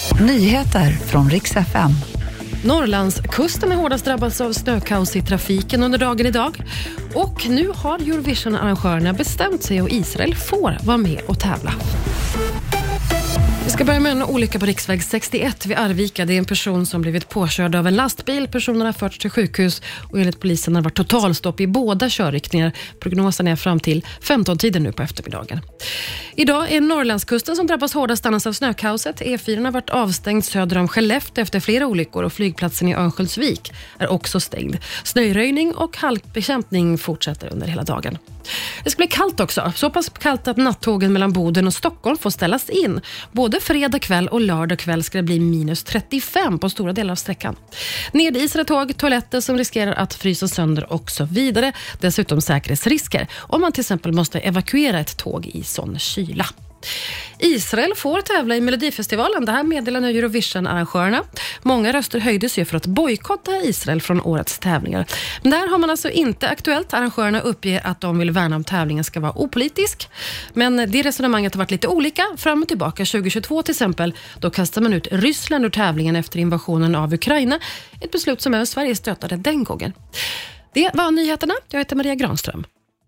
Nyheter från Rix FM. Norrlandskusten är hårdast drabbad av snökaos i trafiken under dagen idag. Och nu har Eurovision-arrangörerna bestämt sig och Israel får vara med och tävla. Vi ska börja med en olycka på riksväg 61 vid Arvika. Det är en person som blivit påkörd av en lastbil. Personen har förts till sjukhus och enligt polisen har det varit totalstopp i båda körriktningar. Prognosen är fram till 15-tiden nu på eftermiddagen. Idag är Norrlandskusten som drabbas hårdast annars av snökaoset. E4 har varit avstängd söder om Skellefteå efter flera olyckor och flygplatsen i Örnsköldsvik är också stängd. Snöröjning och halkbekämpning fortsätter under hela dagen. Det ska bli kallt också. Så pass kallt att nattågen mellan Boden och Stockholm får ställas in. Både fredag kväll och lördag kväll ska det bli minus 35 på stora delar av sträckan. Nedisade tåg, toaletter som riskerar att frysa sönder och så vidare. Dessutom säkerhetsrisker om man till exempel måste evakuera ett tåg i sån kyla. Israel får tävla i Melodifestivalen. Det här meddelar nu Eurovision-arrangörerna. Många röster höjdes ju för att bojkotta Israel från årets tävlingar. Men där har man alltså inte aktuellt. Arrangörerna uppger att de vill värna om tävlingen ska vara opolitisk. Men det resonemanget har varit lite olika fram och tillbaka. 2022 till exempel, då kastar man ut Ryssland ur tävlingen efter invasionen av Ukraina. Ett beslut som även Sverige stöttade den gången. Det var nyheterna. Jag heter Maria Granström.